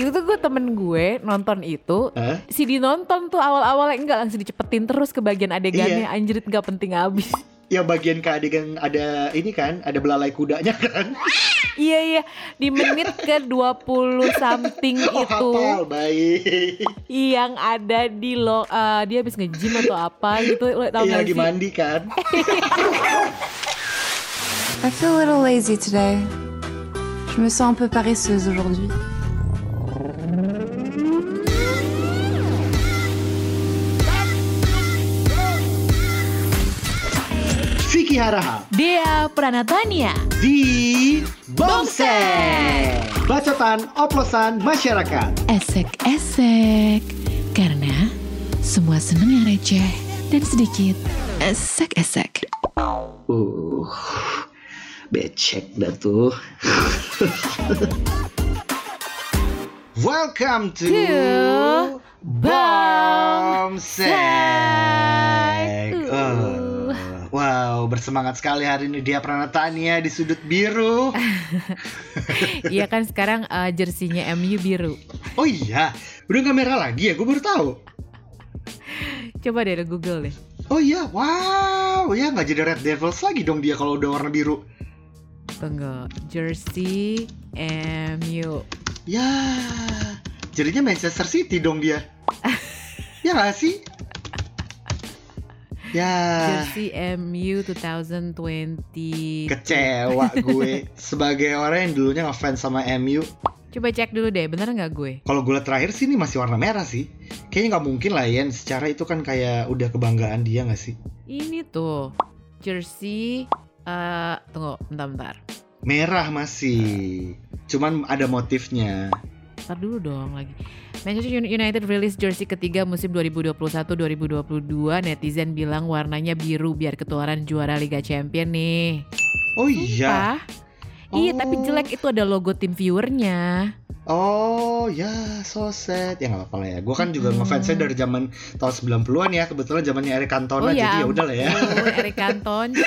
Waktu itu gue temen gue nonton itu, si dinonton tuh awal-awalnya enggak langsung dicepetin terus ke bagian adegannya. Anjir gak penting abis. Ya bagian ke adegan ada ini kan, ada belalai kudanya kan. Iya, di menit ke 20 something itu. Hafal, baik. Yang ada di dia habis nge-gym atau apa gitu, lo tau gak lagi sih? mandi kan. I feel a little lazy today. Je me sens un peu paresseuse aujourd'hui. Vicky Haraha, Dea Pranatania di Bongseng, bacotan oplosan masyarakat. Esek-esek, karena semua seneng yang receh dan sedikit esek-esek. Becek dah tuh. Welcome to Bongseng. Wow, bersemangat sekali hari ini Dea Pranatania di sudut biru. Iya kan sekarang jersinya MU biru. Oh iya, udah gak merah lagi ya? Gue baru tahu. Coba deh Google deh. Oh iya, wow, ya nggak jadi Red Devils lagi dong dia kalau udah warna biru. Tunggu, jersey MU. Ya, jadinya Manchester City dong dia. Ya nggak sih? Ya. Jersey MU 2020. Kecewa gue sebagai orang yang dulunya ngefans sama MU. Coba cek dulu deh, bener nggak gue? Kalau gue liat terakhir sih ini masih warna merah sih. Kayaknya nggak mungkin lah ya. Secara itu kan kayak udah kebanggaan dia nggak sih? Ini tuh jersey. Tunggu, bentar. Merah masih. Cuman ada motifnya. Ntar dulu dong lagi. Manchester United rilis jersey ketiga musim 2021-2022. Netizen bilang warnanya biru biar ketularan juara Liga Champion nih. Oh iya. Iya, tapi jelek itu ada logo tim viewernya. Oh ya, so sad. Ya gak apa-apa lah ya. Gue kan juga ngefansnya dari zaman tahun 90-an ya. Kebetulan zamannya Eric Cantona, jadi ya udah lah ya. Eric Cantona.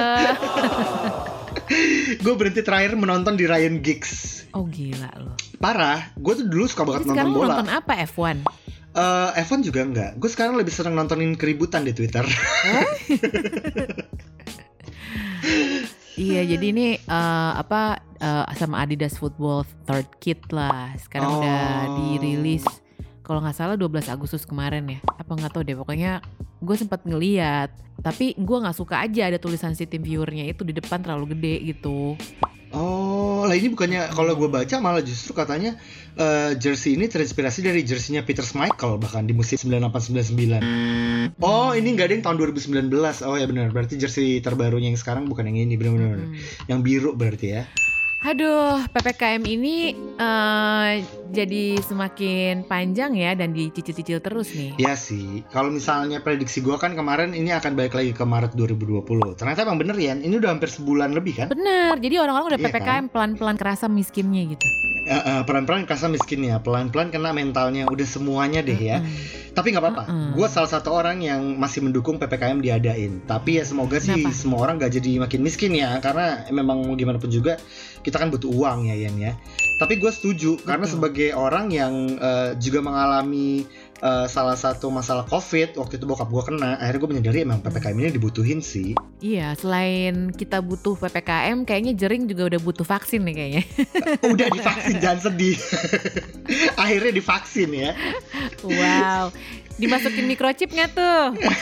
Gue berhenti terakhir menonton di Ryan Giggs. Oh gila loh. Parah, gue tuh dulu suka banget nonton bola. Sekarang nonton apa F1? F1 juga enggak. Gue sekarang lebih seneng nontonin keributan di Twitter. Iya, jadi ini sama Adidas Football Third Kit lah. Sekarang udah dirilis. Kalau nggak salah 12 Agustus kemarin ya. Apa nggak tahu deh. Pokoknya gue sempat ngeliat. Tapi gue nggak suka aja ada tulisan si tim viewernya itu di depan terlalu gede gitu. Oh, lah ini bukannya kalau gue baca malah justru katanya jersey ini terinspirasi dari jersinya Peter Schmeichel bahkan di musim 98-99. Oh, ini nggak ada yang tahun 2019. Oh ya benar, berarti jersey terbarunya yang sekarang bukan yang ini, benar-benar. Yang biru berarti ya. Aduh, PPKM ini jadi semakin panjang ya dan dicicil-cicil terus nih. Iya sih, kalau misalnya prediksi gue kan kemarin ini akan balik lagi ke Maret 2020. Ternyata emang bener ya, ini udah hampir sebulan lebih kan? Bener, jadi orang-orang udah Iya PPKM kan? Pelan-pelan kerasa miskinnya gitu. Pelan-pelan kerasa miskinnya, pelan-pelan kena mentalnya, udah semuanya deh ya. Tapi gak apa-apa, gue salah satu orang yang masih mendukung PPKM diadain. Tapi ya semoga sih semua orang gak jadi makin miskin ya. Karena memang gimana pun juga kita kan butuh uang ya Yan ya. Tapi gue setuju karena sebagai orang yang juga mengalami salah satu masalah COVID waktu itu bokap gue kena, akhirnya gue menyadari emang PPKM ini dibutuhin sih. Iya, selain kita butuh PPKM, kayaknya Jering juga udah butuh vaksin nih kayaknya. Udah divaksin, jangan sedih. Akhirnya divaksin ya. Wow, dimasukin microchip nggak tuh?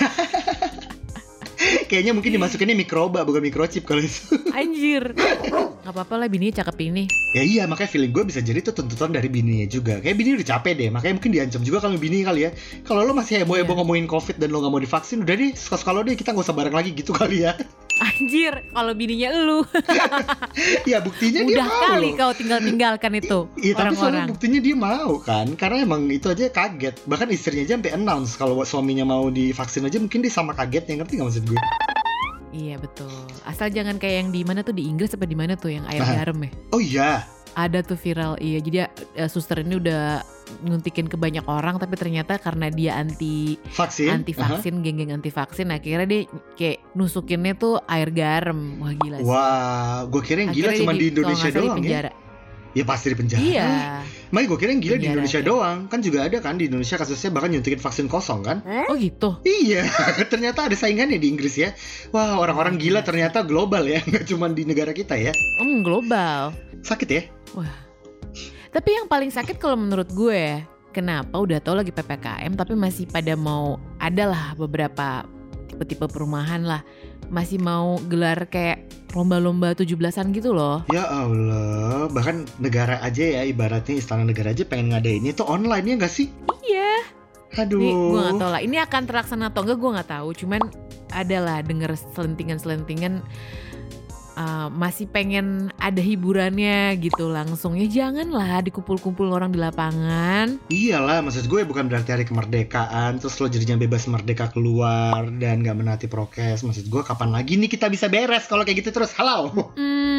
Kayaknya mungkin dimasukinnya mikroba bukan microchip kalau itu. Anjir. Gak apa-apa lah, bininya cakep ini. Ya iya, makanya feeling gue bisa jadi itu tuntutan dari bininya juga. Kayak bini udah capek deh, makanya mungkin diancam juga kalau bini kali ya. Kalau lo masih heboh-heboh ngomongin COVID dan lo gak mau divaksin, udah deh suka-suka lo deh, kita gak usah bareng lagi gitu kali ya. Anjir, kalau bininya elu. Ya buktinya dia mau. Udah kali kau tinggalkan itu Iya, tapi soalnya orang-orang. buktinya dia mau kan. Karena emang itu aja kaget. Bahkan istrinya aja sampai announce kalau suaminya mau divaksin aja, mungkin dia sama kagetnya, ngerti gak maksud gue? Iya betul. Asal jangan kayak yang di mana tuh, di Inggris apa di mana tuh yang air garam ya? Oh iya. Ada tuh viral, iya. Jadi suster ini udah nyuntikin ke banyak orang, tapi ternyata karena dia anti vaksin, geng-geng anti vaksin, akhirnya dia kayak nusukinnya tuh air garam. Wah gila sih. Wah, gue kira yang gila cuma di Indonesia doang ya. Ya pasti di penjara. Iya. Makanya gue kira yang gila di Penjara Indonesia kayak- doang. Kan juga ada kan di Indonesia kasusnya bahkan nyuntikin vaksin kosong kan. Oh gitu. Iya, ternyata ada saingannya di Inggris ya. Wah, orang-orang gila ternyata global ya, nggak cuma di negara kita ya. Global. Sakit ya? Wah. Tapi yang paling sakit kalau menurut gue, kenapa udah tau lagi PPKM tapi masih pada mau, adalah beberapa tipe-tipe perumahan lah, masih mau gelar kayak lomba-lomba 17-an gitu loh. Ya Allah, bahkan negara aja ya, ibaratnya istana negara aja pengen ngadainnya itu online ya nggak sih? Iya. Aduh. Nih gue gak tau lah, ini akan terlaksana atau enggak gue gak tahu. Cuman adalah denger selentingan-selentingan masih pengen ada hiburannya gitu langsung. Ya janganlah dikumpul-kumpul orang di lapangan. Iyalah, maksud gue bukan berarti hari kemerdekaan terus lo jadinya bebas merdeka keluar dan nggak menaati prokes. Maksud gue kapan lagi nih kita bisa beres kalau kayak gitu terus? Halo.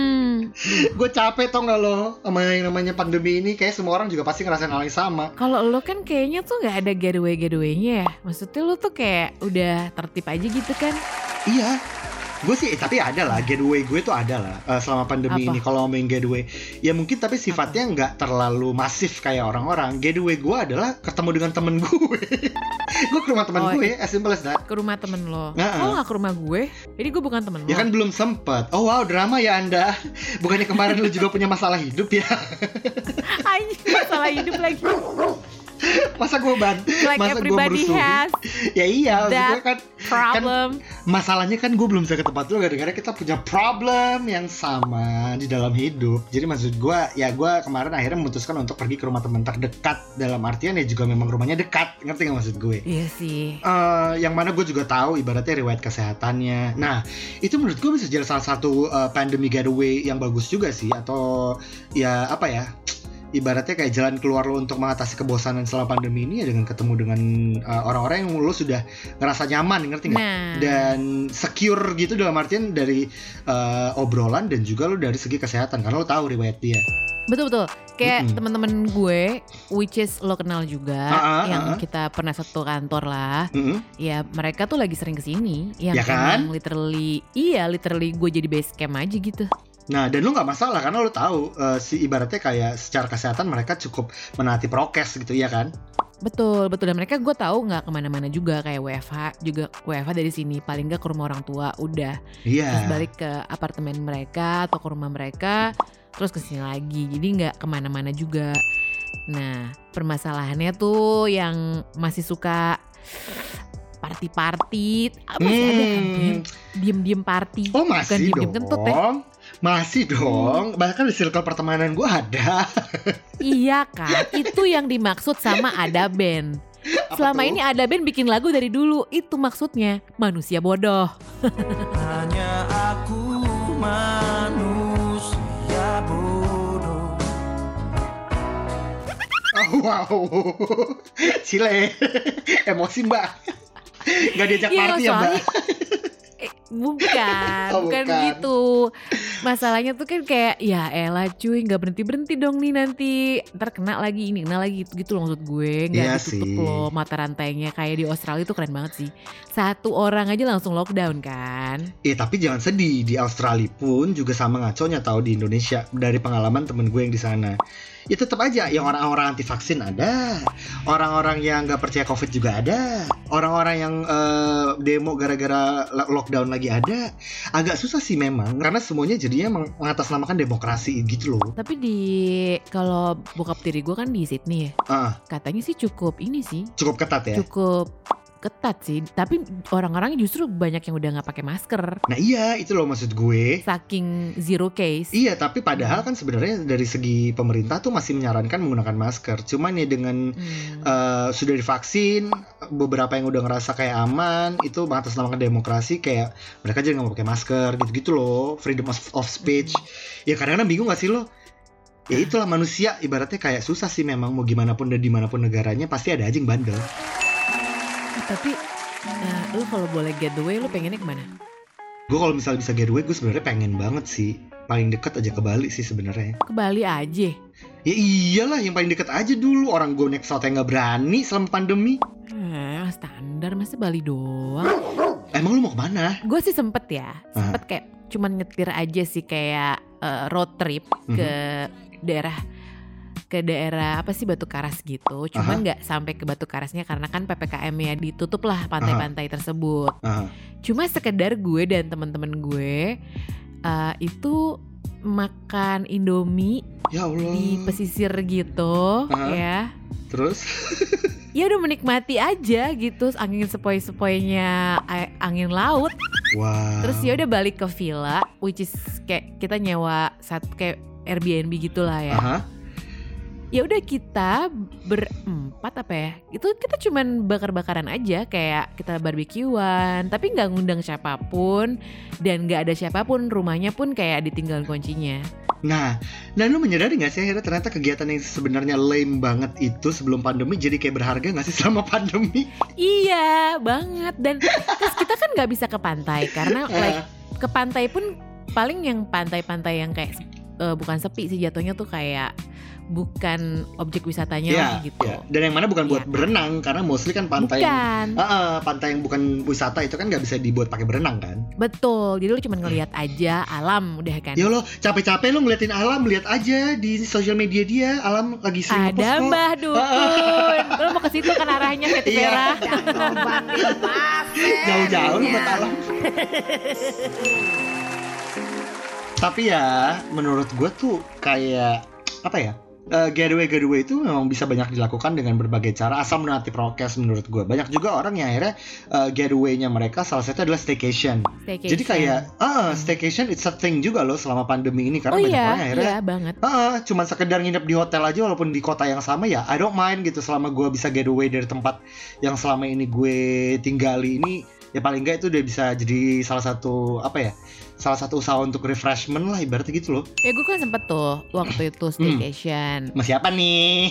Gue capek tau gak lo sama yang namanya pandemi ini. Kayak semua orang juga pasti ngerasain hal yang sama. Kalau lo kan kayaknya tuh gak ada getaway-getaway-nya ya. Maksudnya lo tuh kayak udah tertib aja gitu kan. Iya, gue sih tapi ada lah getaway gue tuh ada lah selama pandemi Apa? ini. Kalau ngomongin getaway ya mungkin tapi sifatnya nggak terlalu masif kayak orang-orang. Getaway gue adalah ketemu dengan temen gue. Gue ke rumah temen Oh, gue, as simple as that. Ke rumah temen lo. Nah, Lo gak ke rumah gue? Jadi gue bukan temen lo. Ya kan belum sempet. Oh wow, drama ya anda. Bukannya kemarin lu juga punya masalah hidup ya? Anjing, masalah hidup lagi. Masa gue Like masa gue everybody merusuhi? has Ya iya, maksud that gue kan problem. masalahnya kan gue belum bisa ke tempat lu gara-gara kita punya problem yang sama di dalam hidup. Jadi maksud gue, ya gue kemarin akhirnya memutuskan untuk pergi ke rumah teman terdekat. Dalam artian ya juga memang rumahnya dekat. Ngerti gak maksud gue? Iya sih. Yang mana gue juga tahu ibaratnya riwayat kesehatannya. Nah itu menurut gue bisa jadi salah satu pandemi getaway yang bagus juga sih. Atau ya apa ya, ibaratnya kayak jalan keluar lo untuk mengatasi kebosanan selama pandemi ini ya dengan ketemu dengan orang-orang yang lo sudah ngerasa nyaman, ngerti nggak? Nah. Dan secure gitu dalam artian dari obrolan dan juga lo dari segi kesehatan karena lo tahu riwayat dia. Betul-betul. Kayak teman-teman gue, which is lo kenal juga, yang kita pernah satu kantor lah. Ya mereka tuh lagi sering kesini. Yang Ya kan? emang literally gue jadi base camp aja gitu. Nah dan lo nggak masalah karena lo tahu si ibaratnya kayak secara kesehatan mereka cukup menaati prokes gitu ya kan? Betul. Dan mereka gue tahu nggak kemana-mana juga, kayak WFH dari sini, paling nggak ke rumah orang tua udah. Iya. Terus balik ke apartemen mereka atau ke rumah mereka, terus kesini lagi. Jadi nggak kemana-mana juga. Nah permasalahannya tuh yang masih suka party-party, masih ada kan diem-diem party. Oh masih bukan diem-diem kentut ya. Masih dong, bahkan di circle pertemanan gue ada. Iya kan, itu yang dimaksud sama ada band. Selama tuh? ini ada band bikin lagu dari dulu, itu maksudnya manusia bodoh. Hanya aku manusia bodoh. Oh, wow, Cile, emosi mbak. Gak diajak Iya, party ya mbak? Bukan bukan. gitu. Masalahnya tuh kan kayak ya elah cuy, nggak berhenti dong nih nanti, ntar kena lagi ini kena lagi gitu loh maksud gue. Nggak Iya ditutup sih. loh mata rantainya kayak di Australia itu keren banget sih. Satu orang aja langsung lockdown kan. Tapi jangan sedih, di Australia pun juga sama ngaconya tahu di Indonesia dari pengalaman temen gue yang di sana. Ya tetap aja yang orang-orang anti vaksin ada, orang-orang yang nggak percaya COVID juga ada, orang-orang yang demo gara-gara lockdown lagi ada. Agak susah sih memang karena semuanya jadinya mengatasnamakan demokrasi gitu loh. Tapi kalau bokap tiri gue kan di Sydney ya, katanya sih cukup ketat ya. Cukup ketat sih, tapi orang-orangnya justru banyak yang udah nggak pakai masker. Nah iya itu loh maksud gue. Saking zero case. Iya tapi padahal kan sebenarnya dari segi pemerintah tuh masih menyarankan menggunakan masker. Cuman ya dengan sudah divaksin, beberapa yang udah ngerasa kayak aman, itu mengatasnamakan demokrasi kayak mereka jadi nggak mau pakai masker gitu-gitu loh. Freedom of speech. Ya kadang-kadang bingung gak sih lo? Ya itulah manusia ibaratnya kayak susah sih memang mau gimana pun dan dimanapun negaranya pasti ada aja yang bandel. Tapi lu kalau boleh getaway lu pengennya kemana? Gue kalau misalnya bisa getaway gue sebenarnya pengen banget sih. Paling deket aja ke Bali sih sebenarnya. Ke Bali aja? Ya iyalah yang paling deket aja dulu. Orang gue naik pesawat yang gak berani selama pandemi. Standar masa Bali doang. Emang lu mau kemana? Gue sih sempet kayak cuman nyetir aja sih kayak road trip ke daerah ke daerah apa sih Batu Karas gitu. Cuman nggak sampai ke Batu Karasnya karena kan PPKM-nya ditutup lah pantai-pantai tersebut. Cuma sekedar gue dan teman-teman gue itu makan Indomie ya Allah. Di pesisir gitu ya. Terus? Ya udah menikmati aja gitu angin sepoi-sepoinya angin laut. Wow. Terus ya udah balik ke villa, which is kayak kita nyewa satu kayak Airbnb gitulah ya. Ya udah kita berempat apa ya? Itu kita cuman bakar-bakaran aja, kayak kita barbekyuan, tapi nggak ngundang siapapun dan nggak ada siapapun, rumahnya pun kayak ditinggal kuncinya. Nah lu menyadari gak sih akhirnya ternyata kegiatan yang sebenarnya lame banget itu sebelum pandemi jadi kayak berharga gak sih selama pandemi? Iya banget. Dan terus kita kan gak bisa ke pantai karena ke pantai pun paling yang pantai-pantai yang kayak bukan sepi sih jatuhnya tuh kayak bukan objek wisatanya lah gitu. Dan yang mana bukan buat berenang karena mostly kan pantai pantai yang bukan wisata itu kan nggak bisa dibuat pakai berenang kan. Betul, jadi lu cuma ngelihat aja alam udah kan. Ya lo capek-capek lu ngeliatin alam, lihat aja di sosial media dia alam lagi sering ngepost. Ada Mbah Dukun. Lu mau ke situ kan arahnya kayak Vera. Jauh-jauh lu buat alam. Tapi ya menurut gue tuh kayak apa ya? Getaway itu memang bisa banyak dilakukan dengan berbagai cara asal menaati prokes menurut gue. Banyak juga orang yang akhirnya getaway-nya mereka salah satu adalah staycation. Jadi kayak staycation it's a thing juga loh selama pandemi ini karena banyak orang akhirnya banget. Cuman sekedar nginep di hotel aja walaupun di kota yang sama ya I don't mind gitu selama gue bisa getaway dari tempat yang selama ini gue tinggali ini ya paling enggak itu udah bisa jadi salah satu usaha untuk refreshment lah ibaratnya gitu loh. Ya gue kan sempet tuh waktu itu staycation. Sama siapa nih?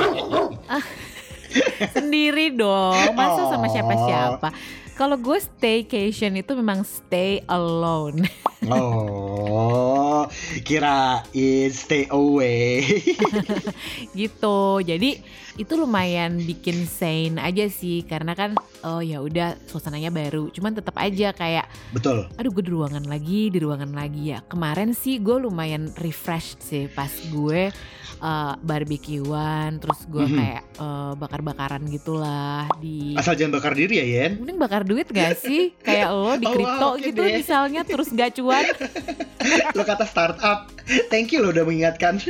Sendiri dong, masa sama siapa-siapa. Kalau gue staycation itu memang stay alone. Oh, kirain stay away. Gitu. Jadi itu lumayan bikin sane aja sih karena kan ya udah suasananya baru. Cuman tetap aja kayak betul. Aduh gue di ruangan lagi ya. Kemarin sih gue lumayan refreshed sih pas gue barbekyuan terus gue kayak bakar-bakaran gitulah di. Asal jangan bakar diri ya Yen. Mending bakar duit gak sih? Kayak lo di kripto gitu deh. Misalnya terus gak cuan. Lo kata startup. Thank you lo udah mengingatkan.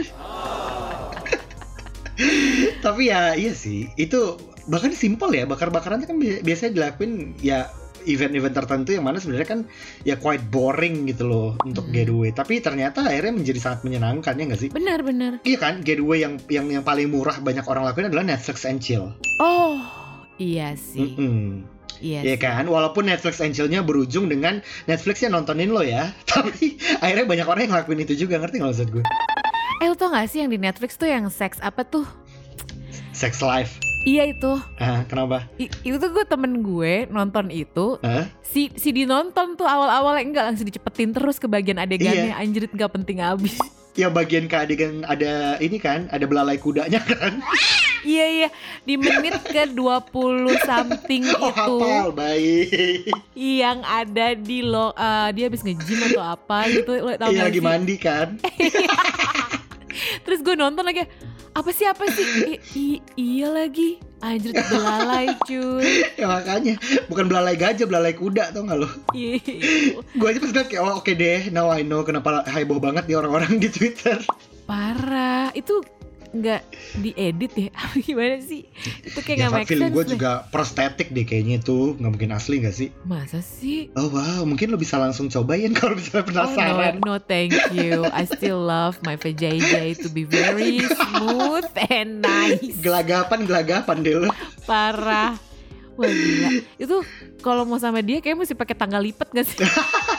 Tapi ya iya sih. Itu bahkan simple ya. Bakar-bakaran kan biasanya dilakuin ya event-event tertentu yang mana sebenarnya kan ya quite boring gitu loh untuk getaway. Tapi ternyata akhirnya menjadi sangat menyenangkan ya nggak sih? Benar. Iya kan getaway yang paling murah banyak orang lakuin adalah Netflix and chill. Oh iya sih. Iya kan, walaupun Netflix and chill-nya berujung dengan Netflixnya nontonin lo ya, tapi akhirnya banyak orang yang ngelakuin itu juga, ngerti nggak maksud gue? Lo tau nggak sih yang di Netflix tuh yang seks apa tuh? Sex Life. Iya itu. Kenapa? Itu tuh gue temen gue nonton itu. Si dinonton tuh awal-awalnya enggak langsung dicepetin terus ke bagian adegannya. Anjrit nggak penting abis. Ya bagian ke adegan ada ini kan, ada belalai kudanya kan? Iya di menit ke 20 something itu. Hafal baik. Yang ada di dia habis nge-gym atau apa gitu. Iya lagi mandi kan. Terus gue nonton lagi. Apa sih? Iya lagi. Anjir belalai cuy. Ya makanya bukan belalai gajah, belalai kuda tau gak lo? Iya. Gue aja pas liat kayak oke deh, now I know kenapa heboh banget nih orang-orang di Twitter. Parah. Itu nggak diedit ya? Gimana sih? Itu kayak nggak make sense. Feeling gue juga prostetik deh kayaknya itu, nggak mungkin asli nggak sih? Masa sih? Oh wow, mungkin lo bisa langsung cobain kalau misalnya penasaran. No thank you. I still love my vajayjay to be very smooth and nice. Gelagapan deh lo. Parah. Wah gila. Itu kalau mau sama dia kayak mesti pakai tanggal lipat nggak sih?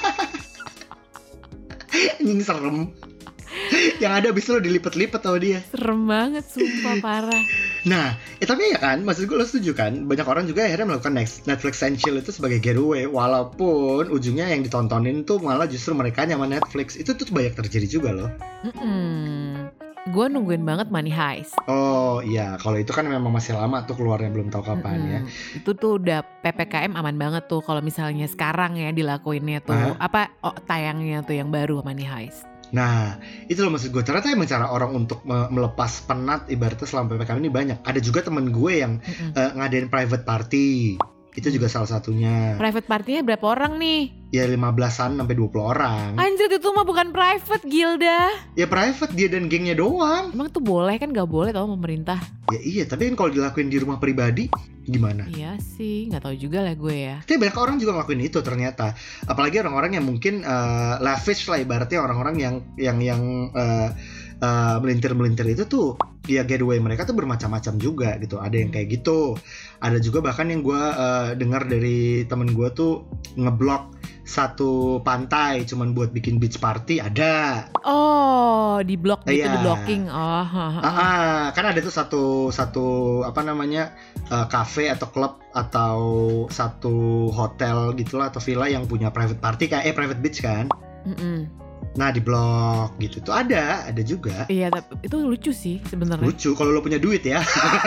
Ini serem. Yang ada abis itu lo dilipet-lipet sama dia. Serem banget sumpah parah. Nah tapi ya kan maksud gue lo setuju kan banyak orang juga akhirnya melakukan Netflix and chill itu sebagai getaway. Walaupun ujungnya yang ditontonin tuh malah justru mereka nyaman Netflix. Itu tuh banyak terjadi juga loh. Gue nungguin banget Money Heist. Oh iya, kalau itu kan memang masih lama tuh keluarnya, belum tahu kapan ya. Itu tuh udah PPKM aman banget tuh kalau misalnya sekarang ya dilakuinnya tuh tayangnya tuh yang baru Money Heist. Nah, itu loh maksud gue. Ternyata emang cara orang untuk melepas penat ibaratnya selama PPKM ini banyak. Ada juga temen gue yang ngadain private party. Itu juga salah satunya. Private party-nya berapa orang nih? Ya 15-an sampai 20 orang. Anjir, itu mah bukan private, Gilda. Ya private, dia dan gengnya doang. Emang tuh boleh kan? Gak boleh tau pemerintah. Ya iya, tapi kan kalau dilakuin di rumah pribadi gimana? Iya sih, gak tahu juga lah gue ya. Tapi banyak orang juga ngelakuin itu ternyata. Apalagi orang-orang yang mungkin lavish lah ibaratnya, orang-orang yang melintir-melintir itu tuh, ya getaway mereka tuh bermacam-macam juga gitu. Ada yang kayak gitu. Ada juga bahkan yang gue dengar dari temen gue tuh ngeblok satu pantai cuman buat bikin beach party, ada. Oh, di blok gitu, Iya. di blocking. Oh, Kan ada tuh satu apa namanya cafe atau klub atau satu hotel gitulah atau villa yang punya private party kayak private beach kan. Nah di blok gitu tuh ada juga. Iya, tapi itu lucu sih sebenarnya. Lucu kalau lo punya duit ya.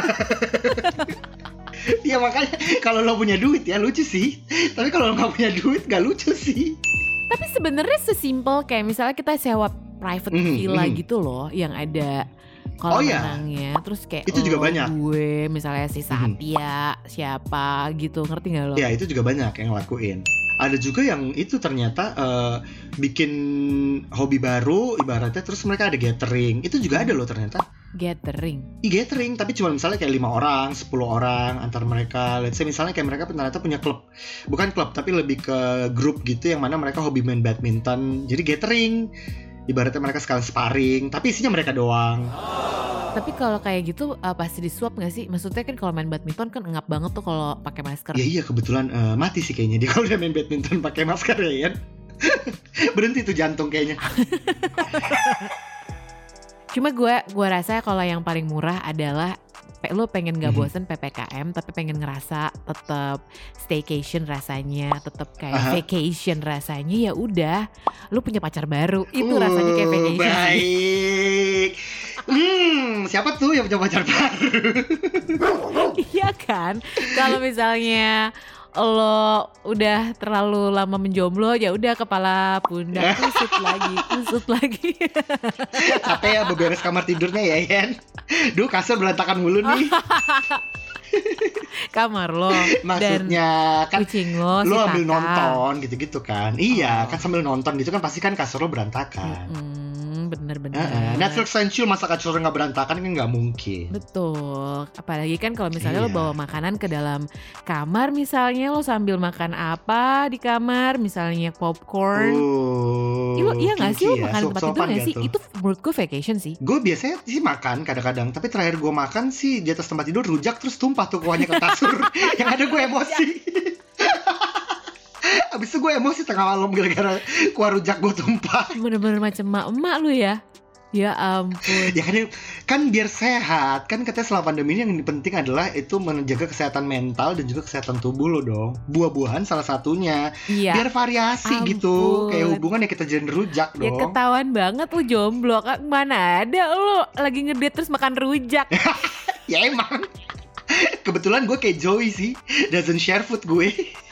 Ya makanya kalau lo punya duit ya lucu sih. Tapi kalau lo nggak punya duit nggak lucu sih. Tapi sebenarnya sesimpel kayak misalnya kita sewa private villa gitu loh, yang ada kolam renangnya. Terus kayak itu juga banyak. Gue misalnya si Satya siapa gitu, ngerti nggak lo? Ya itu juga banyak yang ngelakuin. Ada juga yang itu ternyata bikin hobi baru ibaratnya, terus mereka ada gathering. Itu juga ada loh ternyata. Gathering? Gathering, tapi cuma misalnya kayak 5 orang, 10 orang antar mereka. Let's say misalnya kayak mereka ternyata punya klub. Bukan klub, tapi lebih ke grup gitu yang mana mereka hobi main badminton. Jadi gathering. Ibaratnya mereka sekalian sparring, tapi isinya mereka doang. Tapi kalau kayak gitu pasti disuap nggak sih? Maksudnya kan kalau main badminton kan ngap banget tuh kalau pakai masker. Ya iya, kebetulan mati sih kayaknya dia kalau udah main badminton pakai masker ya kan. Berhenti tuh jantung kayaknya. Cuma gue rasa kalau yang paling murah adalah lo pengen gak bosen PPKM tapi pengen ngerasa tetap staycation rasanya, tetap kayak vacation rasanya, ya udah lo punya pacar baru, itu rasanya kayak vacation. Baik. Siapa tuh yang punya pacar baru? Iya kan, kalau misalnya lo udah terlalu lama menjomblo, ya udah kepala pundak kusut lagi. Capek ya beberes kamar tidurnya ya Yan. Duh, kasur berantakan mulu nih. Kamar lo maksudnya dan kan kucing lo ambil nonton gitu-gitu kan. Iya, kan sambil nonton gitu kan pasti kan kasur lo berantakan. Bener-bener. Netflix and chill, masa kasur nggak berantakan kan nggak mungkin. Betul. Apalagi kan kalau misalnya lo bawa makanan ke dalam kamar, misalnya lo sambil makan apa di kamar, misalnya popcorn. Iya nggak sih lo makan di tempat tidur nggak sih? Itu menurut gue vacation sih. Gue biasanya sih makan kadang-kadang, tapi terakhir gue makan sih di atas tempat tidur rujak terus tumpah tuh kuahnya ke kasur. Yang ada gue emosi. Abis itu gue emosi tengah malam gara-gara kuah rujak gue tumpah. Bener-bener macam emak lu ya. Ya ampun. Ya kan biar sehat. Kan katanya selama pandemi ini yang penting adalah itu menjaga kesehatan mental dan juga kesehatan tubuh lo dong. Buah-buahan salah satunya. Iya. Biar variasi gitu. Kayak hubungan ya kita jadiin rujak dong. Ya ketahuan banget lu jomblo. Mana ada lu lagi ngedate terus makan rujak. Ya emang. Kebetulan gue kayak Joey sih, doesn't share food gue.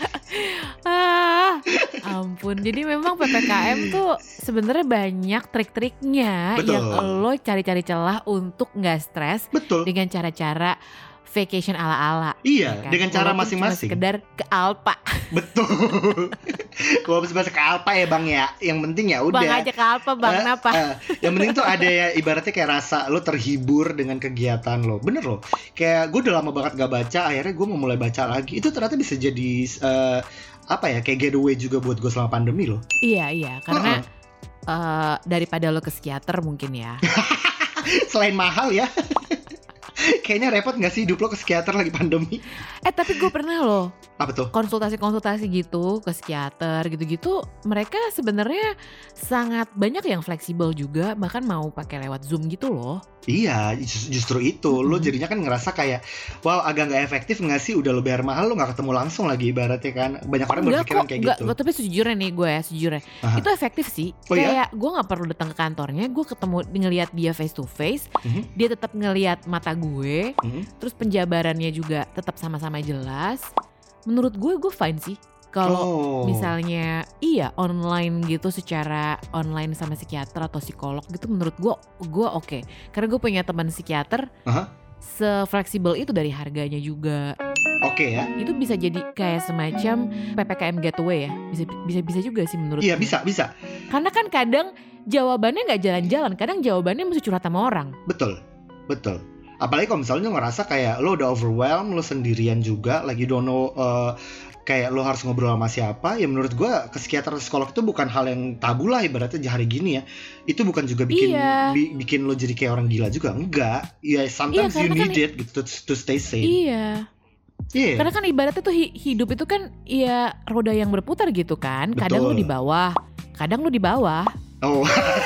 Ampun. Jadi memang PPKM tuh sebenarnya banyak trik-triknya. Betul. Yang lo cari-cari celah untuk nggak stres. Betul. Dengan cara-cara vacation ala-ala. Iya, ya kan? dengan cara Walaupun masing-masing. cuma sekedar ke Alpa. Betul. Kalau bisa ke Alpa ya Bang ya. Yang penting ya udah. Bang aja ke Alpa, Bang kenapa? Yang penting tuh ada ya ibaratnya kayak rasa lo terhibur dengan kegiatan lo. Bener loh. Kayak gue udah lama banget gak baca, akhirnya gue mau mulai baca lagi. Itu ternyata bisa jadi kayak getaway juga buat gue selama pandemi loh. Iya, karena daripada lo ke psikiater mungkin ya. Selain mahal ya. Kayaknya repot gak sih hidup lo ke psikiater lagi pandemi? Tapi gue pernah loh. Apa tuh? Konsultasi gitu ke psikiater gitu-gitu. Mereka sebenarnya sangat banyak yang fleksibel juga. Bahkan mau pakai lewat Zoom gitu loh. Iya, justru itu. Lo jadinya kan ngerasa kayak, wow agak gak efektif gak sih? Udah lo bayar mahal lo gak ketemu langsung lagi ibaratnya kan. Banyak orang berpikiran kayak gitu. Tapi sejujurnya nih gue sejujurnya. Itu efektif sih. Kayak gue gak perlu datang ke kantornya. Gue ketemu ngelihat dia face to face. Dia tetap ngelihat mata gue. Terus penjabarannya juga tetap sama-sama jelas. Menurut gue fine sih. Kalau misalnya online gitu, secara online sama psikiater atau psikolog gitu, menurut gue oke. Karena gue punya teman psikiater, se-fleksibel itu dari harganya juga. Oke ya. Itu bisa jadi kayak semacam PPKM gateway ya. Bisa juga sih menurut gue. Iya bisa. Karena kan kadang jawabannya nggak jalan-jalan, kadang jawabannya mesti curhat sama orang. Betul. Apalagi kalau misalnya lo ngerasa kayak lo udah overwhelmed, lo sendirian juga, lagi don't know kayak lo harus ngobrol sama siapa, ya menurut gue ke psikiater atau psikolog itu bukan hal yang tabu lah ibaratnya hari gini ya. Itu bukan juga bikin lo jadi kayak orang gila juga, enggak. Ya sometimes you need it gitu to stay sane. Iya. Karena kan ibaratnya tuh hidup itu kan ya roda yang berputar gitu kan. Kadang lo di bawah, kadang lo di bawah. Oh.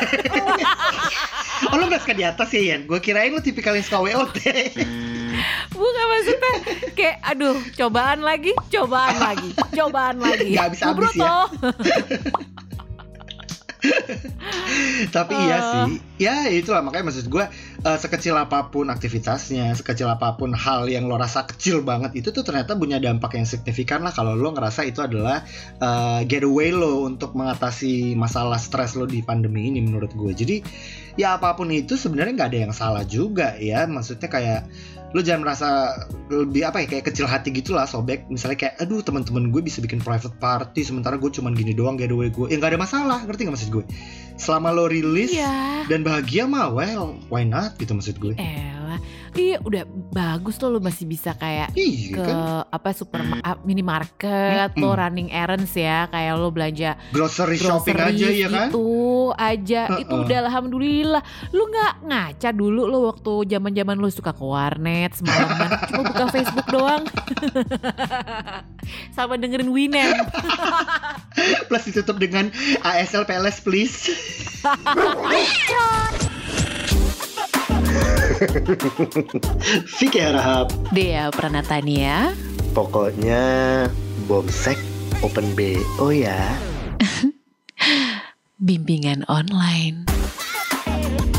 Oh, lo gak suka di atas ya, Yan? Gue kirain lo tipikal yang suka WOT. Bukan, maksudnya kayak aduh, cobaan lagi. Gak habis-habis ya. Tapi iya sih, ya itulah makanya maksud gue sekecil apapun aktivitasnya, sekecil apapun hal yang lo rasa kecil banget itu tuh ternyata punya dampak yang signifikan lah kalau lo ngerasa itu adalah getaway lo untuk mengatasi masalah stres lo di pandemi ini menurut gue. Jadi ya apapun itu sebenarnya nggak ada yang salah juga ya, maksudnya kayak lo jangan merasa lebih kayak kecil hati gitulah sobek. Misalnya kayak aduh teman-teman gue bisa bikin private party sementara gue cuman gini doang getaway gue. Ya nggak ada masalah, ngerti nggak maksud gue? Selama lo rilis dan bahagia mah well why not gitu maksud gue. Iya udah bagus tuh lo masih bisa kayak minimarket lo running errands ya, kayak lo belanja grocery shopping aja ya kan? Itu udah alhamdulillah. Lo nggak ngaca dulu lo waktu zaman lo suka ke warnet semalaman cuma buka Facebook doang sama dengerin Winem plus ditutup dengan ASL PLS please. Vicky Harahap, Dea Pranatania. Pokoknya Bomsek Open BO ya. Bimbingan online.